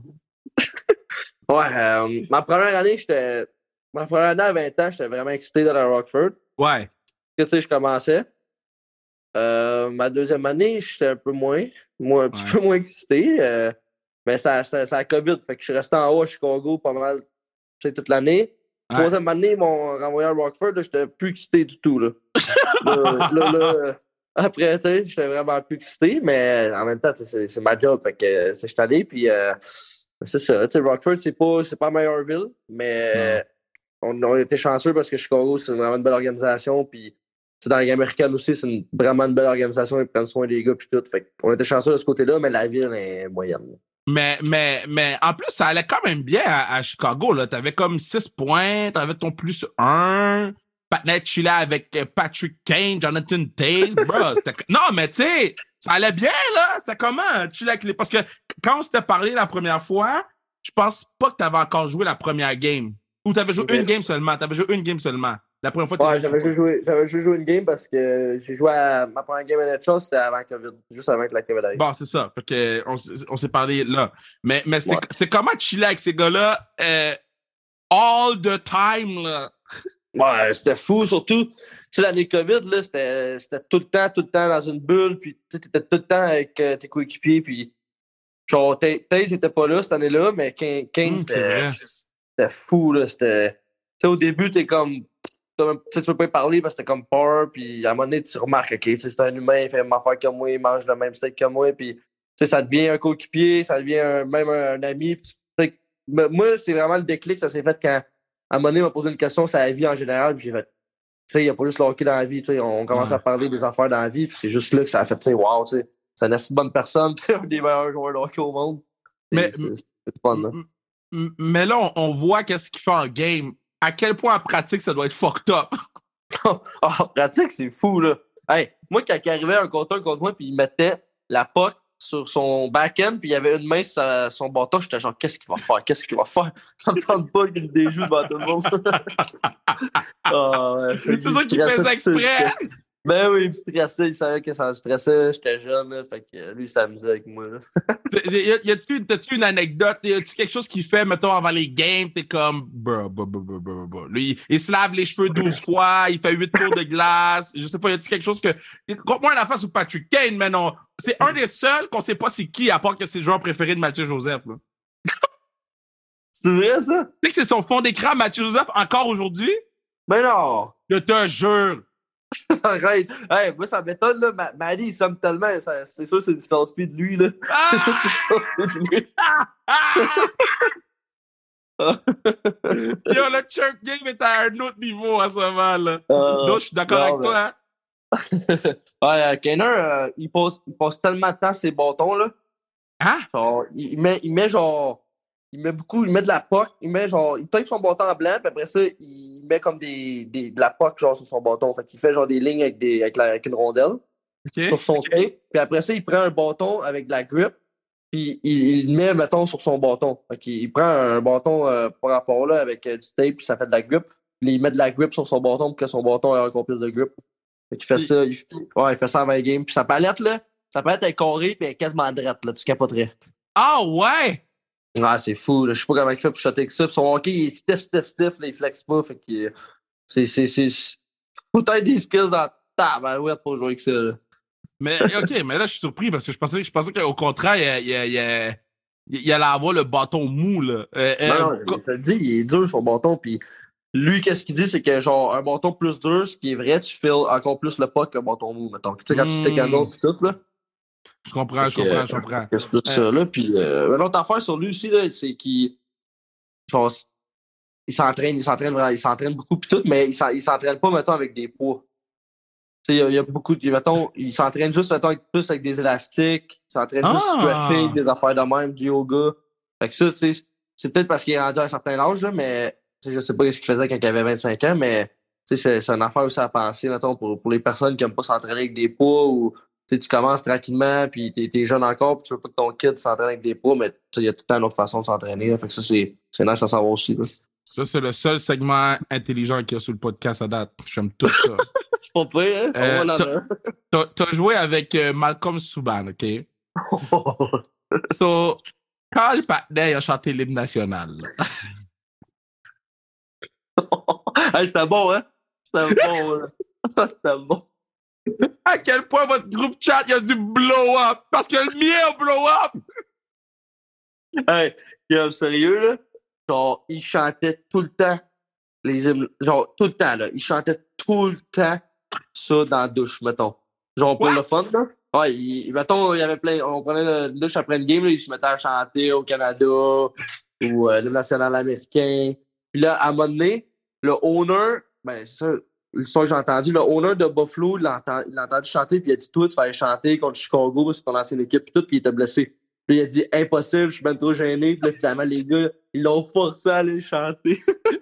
Speaker 1: Ouais, ma première année à 20 ans, j'étais vraiment excité d'aller à Rockford.
Speaker 2: Ouais.
Speaker 1: Tu sais, je commençais. Ma deuxième année, j'étais un peu moins, un petit peu moins excité. Mais ça a COVID, fait que je suis resté en haut à Chicago pas mal toute l'année.
Speaker 2: Ouais.
Speaker 1: Troisième année, ils m'ont renvoyé à Rockford, là, j'étais plus excité du tout. Là, après, tu sais, j'étais vraiment plus excité, mais en même temps, c'est ma job, fait que je suis allé, puis c'est ça, tu sais, Rockford, c'est pas la meilleure ville, mais on était chanceux parce que Chicago, c'est vraiment une belle organisation, puis dans la Ligue américaine aussi, c'est vraiment une belle organisation, ils prennent soin des gars, puis tout, fait qu'on était chanceux de ce côté-là, mais la ville est moyenne.
Speaker 2: Mais en plus, ça allait quand même bien à Chicago. Là. T'avais comme 6 points, t'avais ton plus 1. Patnet chillait avec Patrick Kane, Jonathan Tate. Bro, non, mais tu sais, ça allait bien, là. C'était comment? Chiller avec les... Parce que quand on s'était parlé la première fois, je pense pas que t'avais encore joué la première game. Ou t'avais joué une game seulement. La première fois,
Speaker 1: ouais, j'avais juste joué une game parce que j'ai joué à ma première game NHL, c'était avant COVID, juste avant que la COVID arrive.
Speaker 2: Bon, c'est ça. Fait que on s'est parlé là. Mais c'est comment chiller avec ces gars-là all the time, là?
Speaker 1: Ouais, c'était fou, surtout, tu sais, l'année COVID, là, c'était tout le temps dans une bulle, puis tu t'étais tout le temps avec tes coéquipiers, puis genre, Taze n'était pas là cette année-là, mais Kane, c'était fou, là, c'était... Tu sais, au début, t'es comme... tu veux pas y parler parce que t'as comme peur, puis à un moment donné, tu remarques, OK, c'est un humain, il fait la même affaire que moi, il mange le même steak que moi, puis ça devient un coéquipier, ça devient même un ami. Moi, c'est vraiment le déclic, ça s'est fait quand, à un moment donné, il m'a posé une question sur la vie en général, puis j'ai fait, il n'y a pas juste le hockey dans la vie, on commence à parler des affaires dans la vie, puis c'est juste là que ça a fait, wow, c'est une assez bonne personne, c'est un des meilleurs joueurs de hockey au monde. C'est fun, là.
Speaker 2: Mais là, on voit qu'est-ce qu'il fait en game. À quel point en pratique, ça doit être fucked up.
Speaker 1: En pratique, c'est fou, là. Hey, moi, quand il arrivait un contre moi, puis il mettait la puck sur son back-end, puis il y avait une main sur son bâton, j'étais genre, qu'est-ce qu'il va faire? Qu'est-ce qu'il va faire? Ça me tente pas qu'il déjoue devant tout le monde.
Speaker 2: C'est ça qu'il faisait exprès.
Speaker 1: Ben oui, il me stressait, il savait que ça me stressait, j'étais jeune, là, fait que lui, il s'amusait avec moi. Là.
Speaker 2: T'as-tu une anecdote? Y a-tu quelque chose qu'il fait, mettons, avant les games? T'es comme, Lui, il se lave les cheveux 12 fois, il fait 8 tours de glace. Je sais pas, y a-tu quelque chose que. Compte-moi la face sur Patrick Kane, mais non. C'est un des seuls qu'on sait pas c'est qui, à part que c'est le joueur préféré de Mathieu Joseph. Là.
Speaker 1: C'est vrai, ça?
Speaker 2: Tu sais que c'est son fond d'écran, Mathieu Joseph, encore aujourd'hui?
Speaker 1: Ben non!
Speaker 2: Je te jure!
Speaker 1: Arrête! Hey, moi, ça m'étonne, là. Maddie, il somme tellement. C'est sûr, c'est une selfie de lui, là. C'est sûr, c'est une selfie de lui.
Speaker 2: Yo, le chirp game est à un autre niveau en ce moment, là. Donc, je suis d'accord avec toi, hein?
Speaker 1: Ouais, Kainer, il passe tellement de temps sur ses bâtons, là.
Speaker 2: Hein?
Speaker 1: Genre, il met beaucoup, il met de la puck, il tape son bâton en blanc, puis après ça, il met comme de la puck genre sur son bâton. Fait qu'il fait genre des lignes avec une rondelle sur son tape. Puis après ça, il prend un bâton avec de la grip, puis il le met, mettons, sur son bâton. Fait qu'il prend un bâton par rapport là avec du tape, puis ça fait de la grip. Puis il met de la grip sur son bâton pour que son bâton ait encore plus de grip. Fait qu'il fait ça, il fait ça en 20 games. Puis sa palette, là, est carrée, puis elle est quasiment droite, là, tu capoterais.
Speaker 2: Ah ouais!
Speaker 1: Ah, c'est fou, là. Je sais pas comment il fait pour shotter que ça. Puis son hockey, il est stiff, là, il flex pas. Fait que c'est peut-être des skills dans ta barouette pour jouer avec ça. Là.
Speaker 2: Mais OK, mais là, je suis surpris parce que je pensais qu'au contraire, il allait avoir le bâton mou, là.
Speaker 1: Non, je te le dis, il est dur son bâton. Puis lui, qu'est-ce qu'il dit, c'est que genre un bâton plus dur, ce qui est vrai, tu files encore plus le puck qu'un bâton mou, mettons. Tu sais, quand tu stick un autre, tout, là.
Speaker 2: Je comprends.
Speaker 1: C'est plus ça, là. Puis, une autre affaire sur lui aussi, là, c'est qu'il s'entraîne beaucoup, puis tout, mais il s'entraîne pas, mettons, avec des poids. Tu sais, il y a beaucoup, mettons, il s'entraîne juste, mettons, plus avec des élastiques, il s'entraîne juste stretching, des affaires de même, du yoga. Fait que ça, tu sais, c'est peut-être parce qu'il est rendu à un certain âge, là, mais je sais pas ce qu'il faisait quand il avait 25 ans, mais c'est une affaire aussi à penser, mettons, pour les personnes qui n'aiment pas s'entraîner avec des poids ou tu commences tranquillement, puis t'es jeune encore, puis tu veux pas que ton kid s'entraîne avec des poids, mais il y a tout le temps une autre façon de s'entraîner. Là. Fait que ça, c'est nice à savoir aussi. Là.
Speaker 2: Ça, c'est le seul segment intelligent qu'il y a sur le podcast à date. J'aime tout ça.
Speaker 1: C'est pas pire, hein?
Speaker 2: T'as joué avec Malcolm Subban, OK? So, quand le partenaire a chanté l'hymne national,
Speaker 1: hey, c'était bon, hein? C'était bon, là. C'était bon.
Speaker 2: À quel point votre groupe chat il a dû blow up? Parce que le mien a blow up!
Speaker 1: Hey, sérieux, là? Genre, il chantait tout le temps les hymnes. Genre, tout le temps, là. Il chantait tout le temps ça dans la douche, mettons. Genre, pour le fun, là. Ouais, mettons, il y avait plein. On prenait la douche après une game, là, il se mettait à chanter au Canada ou le national américain. Puis là, à un moment donné, le owner, ben, c'est ça. L'histoire que j'ai entendue, le owner de Buffalo, il l'a entendu chanter, puis il a dit toi, tu fallait chanter contre Chicago, c'est ton ancienne équipe, puis tout, puis il était blessé. Puis il a dit impossible, je suis même trop gêné, puis là, finalement, les gars, ils l'ont forcé à aller chanter.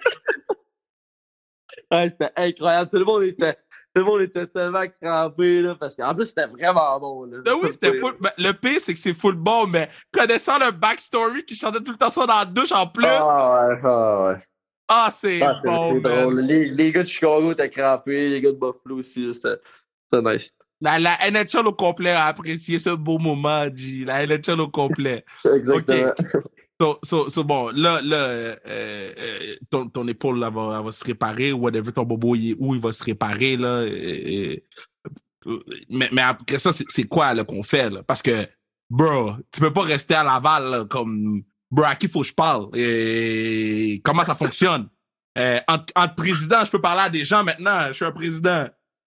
Speaker 1: Ouais, c'était incroyable. Tout le monde était tellement crampé, là, parce qu'en plus, c'était vraiment bon. Là.
Speaker 2: Oui, c'était full. Le pire, c'est que c'est full bon, mais connaissant le backstory qui chantait tout le temps ça dans la douche en plus.
Speaker 1: Ah ouais.
Speaker 2: Ah, c'est bon,
Speaker 1: c'est drôle. Les gars de Chicago étaient crampés, les gars de Buffalo aussi, c'était nice.
Speaker 2: La NHL au complet a apprécié ce beau moment, G. La NHL au complet.
Speaker 1: Exactement.
Speaker 2: Okay. Bon, là ton épaule là, va se réparer, ou whatever, ton bobo, il va se réparer, là. Mais après ça, c'est quoi là, qu'on fait, là? Parce que, bro, tu peux pas rester à Laval, là, comme... Bro, à qui faut que je parle? Et comment ça fonctionne? Entre présidents, je peux parler à des gens maintenant. Je suis un président.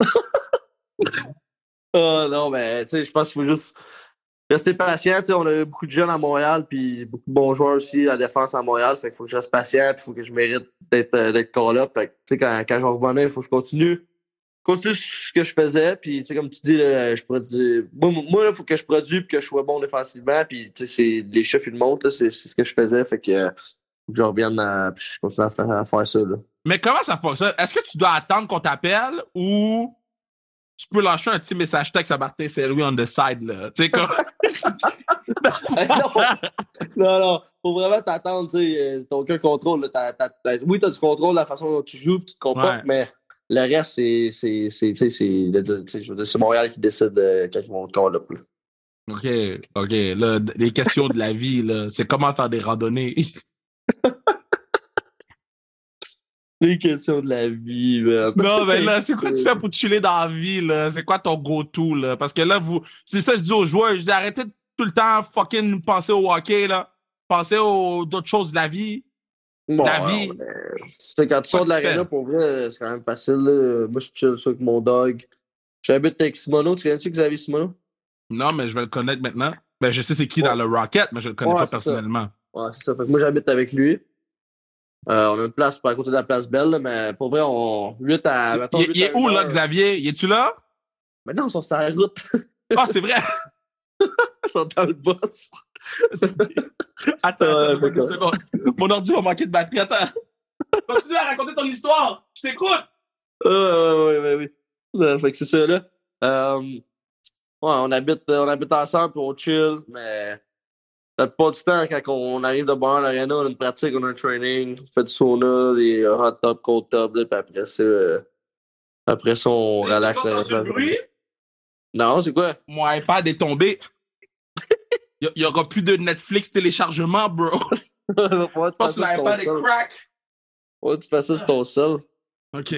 Speaker 1: Ah non, mais tu sais, je pense qu'il faut juste rester patient. Tu sais, on a beaucoup de jeunes à Montréal, puis beaucoup de bons joueurs aussi à la défense à Montréal. Fait qu'il faut que je reste patient, puis il faut que je mérite d'être call-up. Fait que, tu sais, quand je vais revenir, il faut que je continue ce que je faisais. Puis, tu sais, comme tu dis, là, je produis. Moi, il faut que je produise, puis que je sois bon défensivement. Puis, tu sais, les chiffres, ils le montrent. Là, c'est ce que je faisais. Fait que, faut que je revienne puis je continue à faire ça. Là.
Speaker 2: Mais comment ça fonctionne? Est-ce que tu dois attendre qu'on t'appelle ou tu peux lâcher un petit message texte à Martin Saint-Louis on the side, là? Tu sais, comme.
Speaker 1: Non. Faut vraiment t'attendre, tu sais. T'as aucun contrôle. Là. Oui, t'as du contrôle de la façon dont tu joues, puis tu te comportes, mais le reste, c'est Montréal qui décide quand ils vont te call up.
Speaker 2: OK. Là, les questions de la vie, là, c'est comment faire des randonnées.
Speaker 1: Les questions de la vie, man.
Speaker 2: Non, mais là, c'est quoi tu fais pour te chiller dans la vie, là? C'est quoi ton go-to, là? Parce que là, c'est ça que je dis aux joueurs. Je dis, arrêtez de tout le temps fucking penser au hockey, là. Pensez aux d'autres choses de la vie.
Speaker 1: Bon,
Speaker 2: la vie.
Speaker 1: Quand tu sors de l'aréna, pour vrai, c'est quand même facile. Là. Moi, je chill ça avec mon dog. J'habite avec Simono. Tu connais-tu Xavier Simono?
Speaker 2: Non, mais je vais le connaître maintenant. Ben, je sais c'est qui dans le Rocket, mais je le connais pas personnellement.
Speaker 1: Ouais, c'est ça. Fait que moi, j'habite avec lui. On a une place à côté de la place Belle, là, mais pour vrai, on 8 à. Mettons,
Speaker 2: il est où, là, Xavier? Il est-tu là?
Speaker 1: Mais non, ils sont sur la route.
Speaker 2: Ah, c'est vrai!
Speaker 1: Ils sont dans le boss.
Speaker 2: Attends, une seconde. Mon ordi va manquer de batterie. Attends. Continue à raconter ton histoire. Je t'écoute.
Speaker 1: Oui. Fait que c'est ça, là. Ouais, on habite ensemble, puis on chill, mais la plupart du temps, quand on arrive de bord à l'aréna, on a une pratique, on a un training, on fait du sauna, des hot tub, cold tub, là, puis après ça, on relaxe.
Speaker 2: Tu entends du bruit?
Speaker 1: Non, c'est quoi?
Speaker 2: Mon iPad est tombé. Il y aura plus de Netflix téléchargement, bro. Je pense que l'iPad est crack.
Speaker 1: Ouais, tu fais ça sur ton seul.
Speaker 2: OK.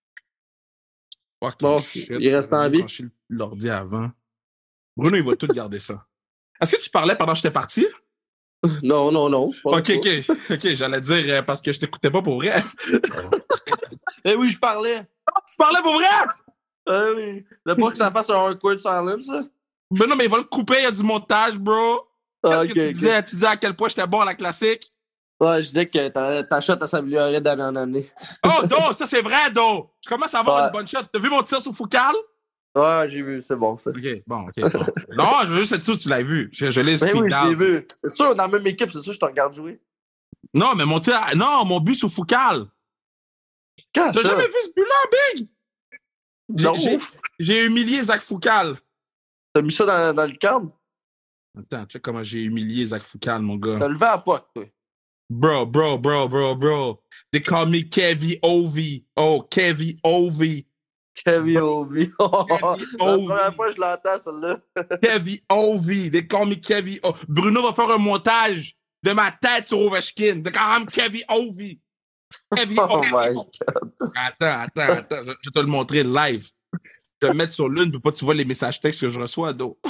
Speaker 1: Bon, il reste en vie.
Speaker 2: J'ai l'ordi avant. Bruno, il va tout garder ça. Est-ce que tu parlais pendant que j'étais parti?
Speaker 1: Non.
Speaker 2: OK, j'allais dire parce que je t'écoutais pas pour vrai.
Speaker 1: Eh oui, je parlais.
Speaker 2: Tu parlais pour vrai?
Speaker 1: Eh oui. T'as pas que ça fasse un awkward silence, ça?
Speaker 2: Mais non, mais il va le couper, il y a du montage, bro. Qu'est-ce que tu disais? Tu disais à quel point j'étais bon à la classique?
Speaker 1: Ouais, je disais que ta shot s'améliorait d'année en année.
Speaker 2: Oh, Do, ça c'est vrai, Do. Je commence à avoir une bonne shot. T'as vu mon tir sur Foucal?
Speaker 1: Ouais, j'ai vu, c'est bon, ça.
Speaker 2: OK. Bon. Non, je veux juste être sûr que tu l'as vu. Je l'ai speed
Speaker 1: oui,
Speaker 2: down.
Speaker 1: je l'ai vu. C'est sûr, dans la même équipe, c'est sûr, je te regarde jouer.
Speaker 2: Non, mais mon but sur Foucal. T'as jamais vu ce but-là, Big? J'ai humilié Zach Foucal.
Speaker 1: T'as mis ça dans le cadre?
Speaker 2: Attends, check comment j'ai humilié Zach Foucal, mon gars.
Speaker 1: T'as levé à pas, toi.
Speaker 2: Bro. They call me Kevy Ovi. Oh, Kevy Ovi.
Speaker 1: Kevy Ovi. La première fois que je l'entends, celle-là.
Speaker 2: Kevy Ovi. They call me Kevy Ovi. Bruno va faire un montage de ma tête sur Ovechkin. They call me Kevy Ovi. Kevy Ovi.
Speaker 1: My God.
Speaker 2: Attends. Je vais te le montrer live. Je vais le mettre sur l'une pour pas que tu vois les messages textes que je reçois, Do.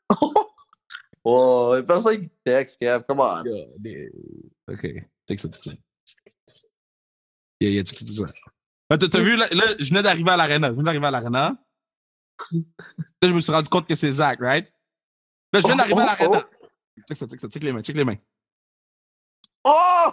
Speaker 1: Oh, il personne qui texte, Kev. Come on.
Speaker 2: OK. Check ça. Yeah, check ça. T'as vu, là, je venais d'arriver à l'aréna. Là, je me suis rendu compte que c'est Zach, right? Là, je viens d'arriver à l'aréna. Check ça. Check les mains.
Speaker 1: Oh!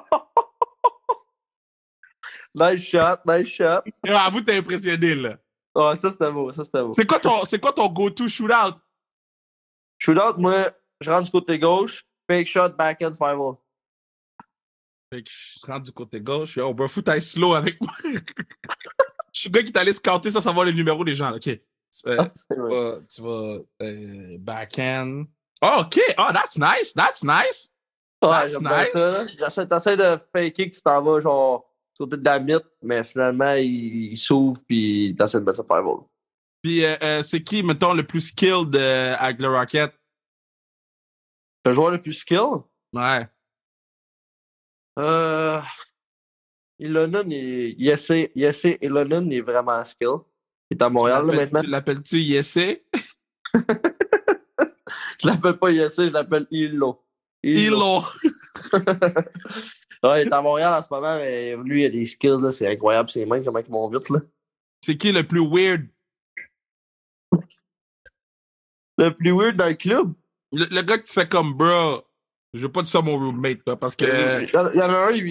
Speaker 1: Nice shot.
Speaker 2: Avoue, t'es impressionné, là.
Speaker 1: Oh, ça, c'était beau.
Speaker 2: C'est quoi ton go-to shootout?
Speaker 1: Shootout, moi, je rentre du côté gauche, fake shot, backhand, 5-0.
Speaker 2: Fait que je rentre du côté gauche, je suis, bro, faut t'aller slow avec moi. Je suis le gars qui t'allait scouter sans savoir les numéros des gens, OK. Tu vas backhand. Oh, OK. Oh, that's nice.
Speaker 1: Ouais, t'essaies de faker que tu t'en vas, genre, sur côté de la mythe, mais finalement, il s'ouvre, puis t'essaies de mettre ça 5-0.
Speaker 2: Puis, c'est qui, mettons, le plus skilled avec le Rocket?
Speaker 1: Le joueur le plus skill?
Speaker 2: Ouais.
Speaker 1: Ilonen, Yesse Ilonen est vraiment skill. Il est à Montréal, là, maintenant.
Speaker 2: Tu l'appelles-tu Yesse?
Speaker 1: Je l'appelle pas Yesse, je l'appelle Ilo.
Speaker 2: Ilo.
Speaker 1: Ouais, il est à Montréal en ce moment, mais lui, il a des skills, là, c'est incroyable, ses mains, comment ils vont vite, là.
Speaker 2: C'est qui le plus weird?
Speaker 1: Le plus weird dans le club?
Speaker 2: Le gars que tu fais comme, bro, je veux pas que tu sois mon roommate, là, parce que...
Speaker 1: Il y en a un,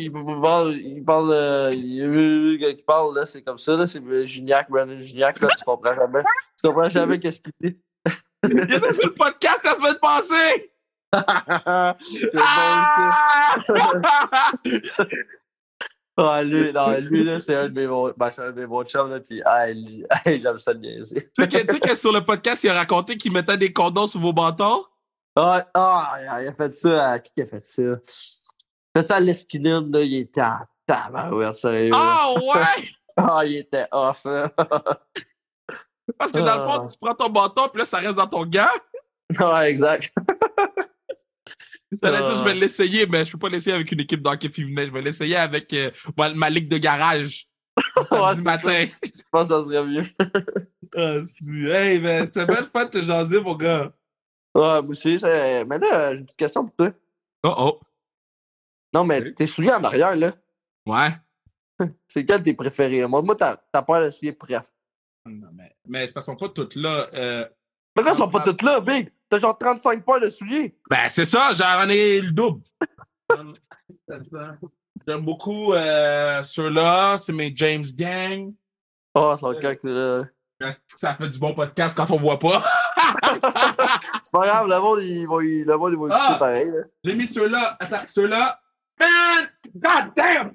Speaker 1: il parle, là, c'est comme ça, là, c'est Brandon Gignac, là, tu comprends jamais. Tu comprends jamais qu'est-ce qu'il dit.
Speaker 2: Il était sur le podcast la semaine passée!
Speaker 1: C'est bon, ça. Ah, lui, là, c'est un de mes bons chums, là, pis, j'aime ça de niaiser.
Speaker 2: Tu sais que sur le podcast, il a raconté qu'il mettait des condoms sur vos bâtons?
Speaker 1: Il a fait ça à qui a fait ça? Il a fait ça à l'Esquinine, là, il était en tabarouette, sérieux.
Speaker 2: Ah ouais!
Speaker 1: Il était off, là.
Speaker 2: Parce que dans le fond, tu prends ton bâton, puis là, ça reste dans ton gant.
Speaker 1: Ouais, exact.
Speaker 2: T'allais dire, je vais l'essayer, mais je peux pas l'essayer avec une équipe d'hockey féminin. Je vais l'essayer avec ma ligue de garage. Samedi matin.
Speaker 1: Je pense que ça serait mieux.
Speaker 2: Hey, mais c'était belle fun de te jaser, mon gars.
Speaker 1: Ouais, moi aussi. Mais là, j'ai une petite question pour toi.
Speaker 2: Oh.
Speaker 1: Non, mais tes souliers en arrière, là.
Speaker 2: Ouais.
Speaker 1: C'est quel tes préférés? Moi, t'as pas le soulier préf.
Speaker 2: Non, mais elles sont pas toutes là.
Speaker 1: Mais quand ils sont pas toutes là, Big? T'as genre 35 paires de souliers.
Speaker 2: Ben, c'est ça, j'en ai le double. J'aime beaucoup ceux-là, c'est mes James Gang.
Speaker 1: Oh, c'est encore que là.
Speaker 2: Ça fait du bon podcast quand on voit pas.
Speaker 1: C'est pas grave, le monde, il va écouter pareil. Là.
Speaker 2: J'ai mis ceux-là. Attends, ceux-là. Man! God damn!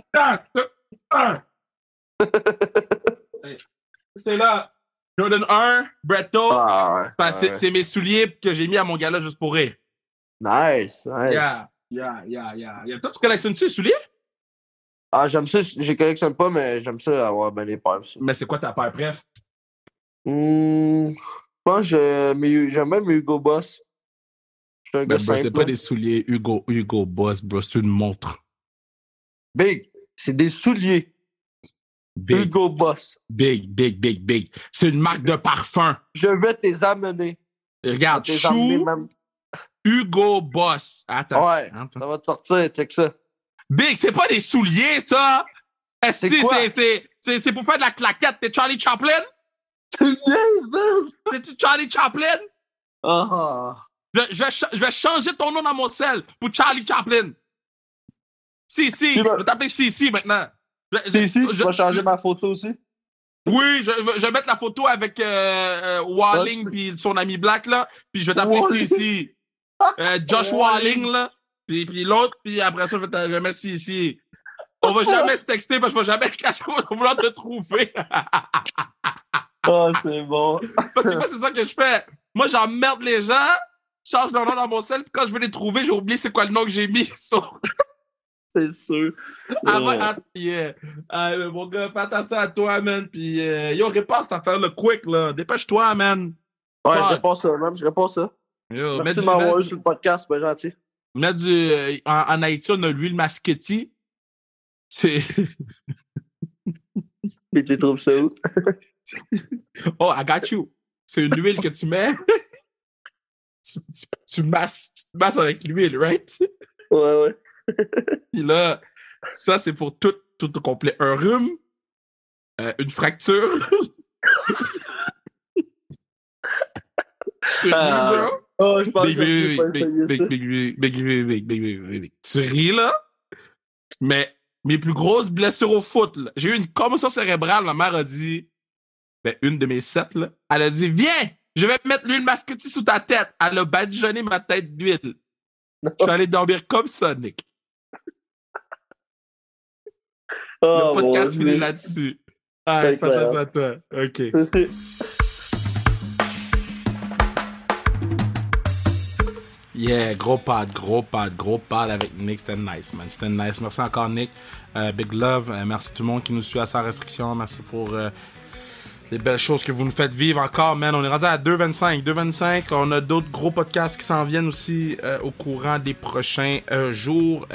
Speaker 2: Ceux-là. Jordan 1, Bretto. C'est mes souliers que j'ai mis à mon gala juste pour rire.
Speaker 1: Nice.
Speaker 2: Yeah. Toi, tu collectionnes-tu les souliers?
Speaker 1: Ah, j'aime ça. Je collectionne pas, mais j'aime ça avoir ben les paires aussi.
Speaker 2: Mais c'est quoi ta paire préf?
Speaker 1: Je pense que j'aime même Hugo Boss.
Speaker 2: Mais bro, c'est pas des souliers Hugo Boss, bro, c'est une montre.
Speaker 1: Big, c'est des souliers.
Speaker 2: Big.
Speaker 1: Hugo Boss.
Speaker 2: Big. C'est une marque de parfum.
Speaker 1: Je vais te amener.
Speaker 2: Regarde, Chou, Hugo Boss. Attends.
Speaker 1: Ouais, ça va te sortir, check ça.
Speaker 2: Big, c'est pas des souliers, ça!
Speaker 1: C'est quoi?
Speaker 2: C'est pour faire de la claquette. T'es Charlie Chaplin?
Speaker 1: Tu me niaises, man!
Speaker 2: T'es-tu Charlie Chaplin? Je vais changer ton nom dans mon sel pour Charlie Chaplin. Si, je vais t'appeler Si maintenant.
Speaker 1: Je vais changer ma photo aussi.
Speaker 2: Oui, je vais mettre la photo avec Walling puis son ami Black, là. Puis je vais t'appeler Si. Josh Walling, là. Puis l'autre, puis après ça, je vais mettre Si. On va jamais se texter parce que je vais jamais cacher, on va vouloir te trouver.
Speaker 1: Oh, c'est bon.
Speaker 2: Parce que moi, c'est ça que je fais. Moi, j'emmerde les gens, je change leur nom dans mon sel, puis quand je vais les trouver, j'ai oublié c'est quoi le nom que j'ai mis.
Speaker 1: C'est sûr.
Speaker 2: Mon gars, fais attention à toi, man. Puis, yo, repasse ta affaire le quick, là. Dépêche-toi, man.
Speaker 1: Ouais, je réponds ça, man. Je réponds ça.
Speaker 2: Yo,
Speaker 1: merci de m'avoir eu sur le podcast, c'est gentil.
Speaker 2: En Haïti, on a l'huile Masquetti. C'est.
Speaker 1: Mais tu trouves ça où?
Speaker 2: Oh, I got you. C'est une huile que tu mets. tu masses avec l'huile, right?
Speaker 1: Ouais.
Speaker 2: Puis là, ça, c'est pour tout au complet. Un rhume, une fracture. Tu ris, ça?
Speaker 1: Oh, je pense
Speaker 2: big. Tu ris, là? Mais mes plus grosses blessures au foot, là. J'ai eu une commotion cérébrale. Ma mère a dit, une de mes 7, là. Elle a dit, viens, je vais mettre l'huile Masquetti sous ta tête. Elle a badigeonné ma tête d'huile. Je suis allé dormir comme ça, Nick. Le podcast finit là-dessus. Fais attention à toi. OK.
Speaker 1: C'est
Speaker 2: Yeah, gros pad avec Nick. C'était nice, man. C'était nice. Merci encore, Nick. Big love. Merci tout le monde qui nous suit à Sans Restriction. Merci pour les belles choses que vous nous faites vivre encore, man. On est rendu à 2,25. On a d'autres gros podcasts qui s'en viennent aussi au courant des prochains jours.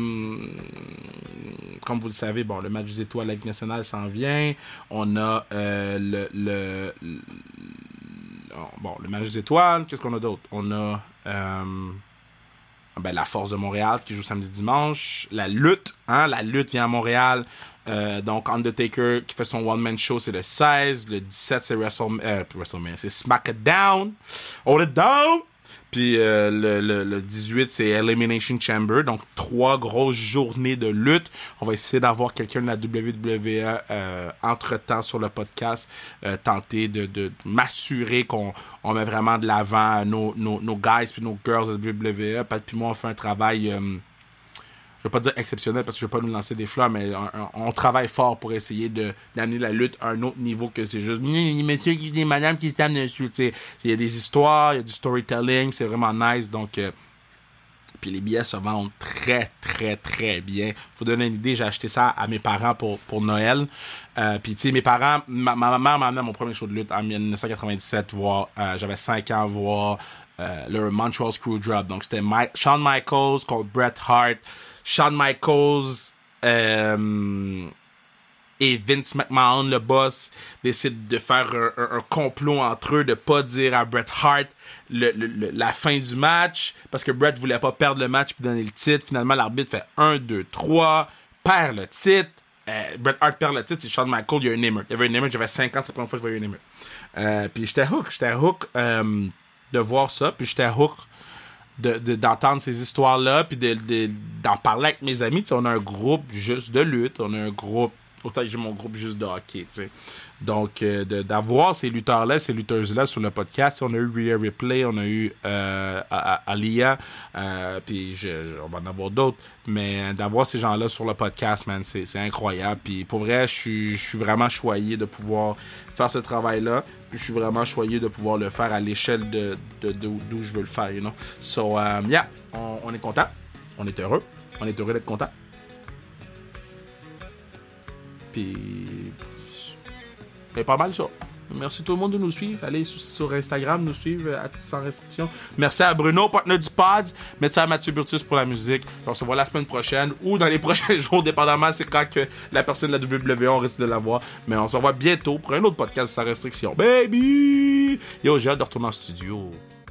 Speaker 2: Comme vous le savez, bon, le match des étoiles de la Ligue nationale s'en vient. On a le match des étoiles. Qu'est-ce qu'on a d'autre? On a la Force de Montréal qui joue samedi dimanche. La lutte vient à Montréal. Donc Undertaker qui fait son one-man show, c'est le 16. Le 17, c'est WrestleMania, c'est SmackDown. Hold it down! Puis le 18, c'est Elimination Chamber. Donc 3 grosses journées de lutte. On va essayer d'avoir quelqu'un de la WWE entre-temps sur le podcast. Tenter de m'assurer qu'on met vraiment de l'avant nos guys puis nos girls de WWE. Pat puis moi, on fait un travail... je vais pas dire exceptionnel parce que je vais pas nous lancer des fleurs, mais on travaille fort pour essayer d'amener la lutte à un autre niveau que c'est juste messieurs, des madames qui savent dessus. Il y a des histoires, il y a du storytelling, c'est vraiment nice. Donc, puis les billets se vendent très, très, très bien. Faut donner une idée, j'ai acheté ça à mes parents pour Noël. Puis, tu sais, mes parents, ma maman m'a amené à mon premier show de lutte en 1997, j'avais 5 ans, voir le Montreal Screwjob. Donc, c'était Shawn Michaels contre Bret Hart. Shawn Michaels et Vince McMahon, le boss, décident de faire un complot entre eux, de pas dire à Bret Hart la fin du match, parce que Bret voulait pas perdre le match puis donner le titre. Finalement, l'arbitre fait 1, 2, 3, perd le titre. Bret Hart perd le titre, c'est Shawn Michaels, il y a un émeute. Il y avait une émeute, j'avais 5 ans, c'est la première fois que je voyais une émeute. Puis j'étais hook de voir ça, puis j'étais hook d'entendre ces histoires-là, puis d'en parler avec mes amis. T'sais, on a un groupe juste de lutte, on a un groupe, autant que j'ai mon groupe juste de hockey, t'sais. Donc, d'avoir ces lutteurs-là, ces lutteuses-là sur le podcast, on a eu Rhea Ripley, on a eu Aliyah, puis on va en avoir d'autres, mais d'avoir ces gens-là sur le podcast, man, c'est incroyable. Puis pour vrai, je suis vraiment choyé de pouvoir faire ce travail-là, puis je suis vraiment choyé de pouvoir le faire à l'échelle d'où je veux le faire, you know. So, yeah, on est content, on est heureux d'être content. Puis... c'est pas mal ça. Merci tout le monde de nous suivre. Allez sur Instagram, nous suivre sans restriction. Merci à Bruno, partenaire du Pods. Merci à Mathieu Burtus pour la musique. On se voit la semaine prochaine ou dans les prochains jours, dépendamment c'est quand que la personne de la WWE, on risque de la voir. Mais on se revoit bientôt pour un autre podcast sans restriction. Baby! Yo, j'ai hâte de retourner en studio.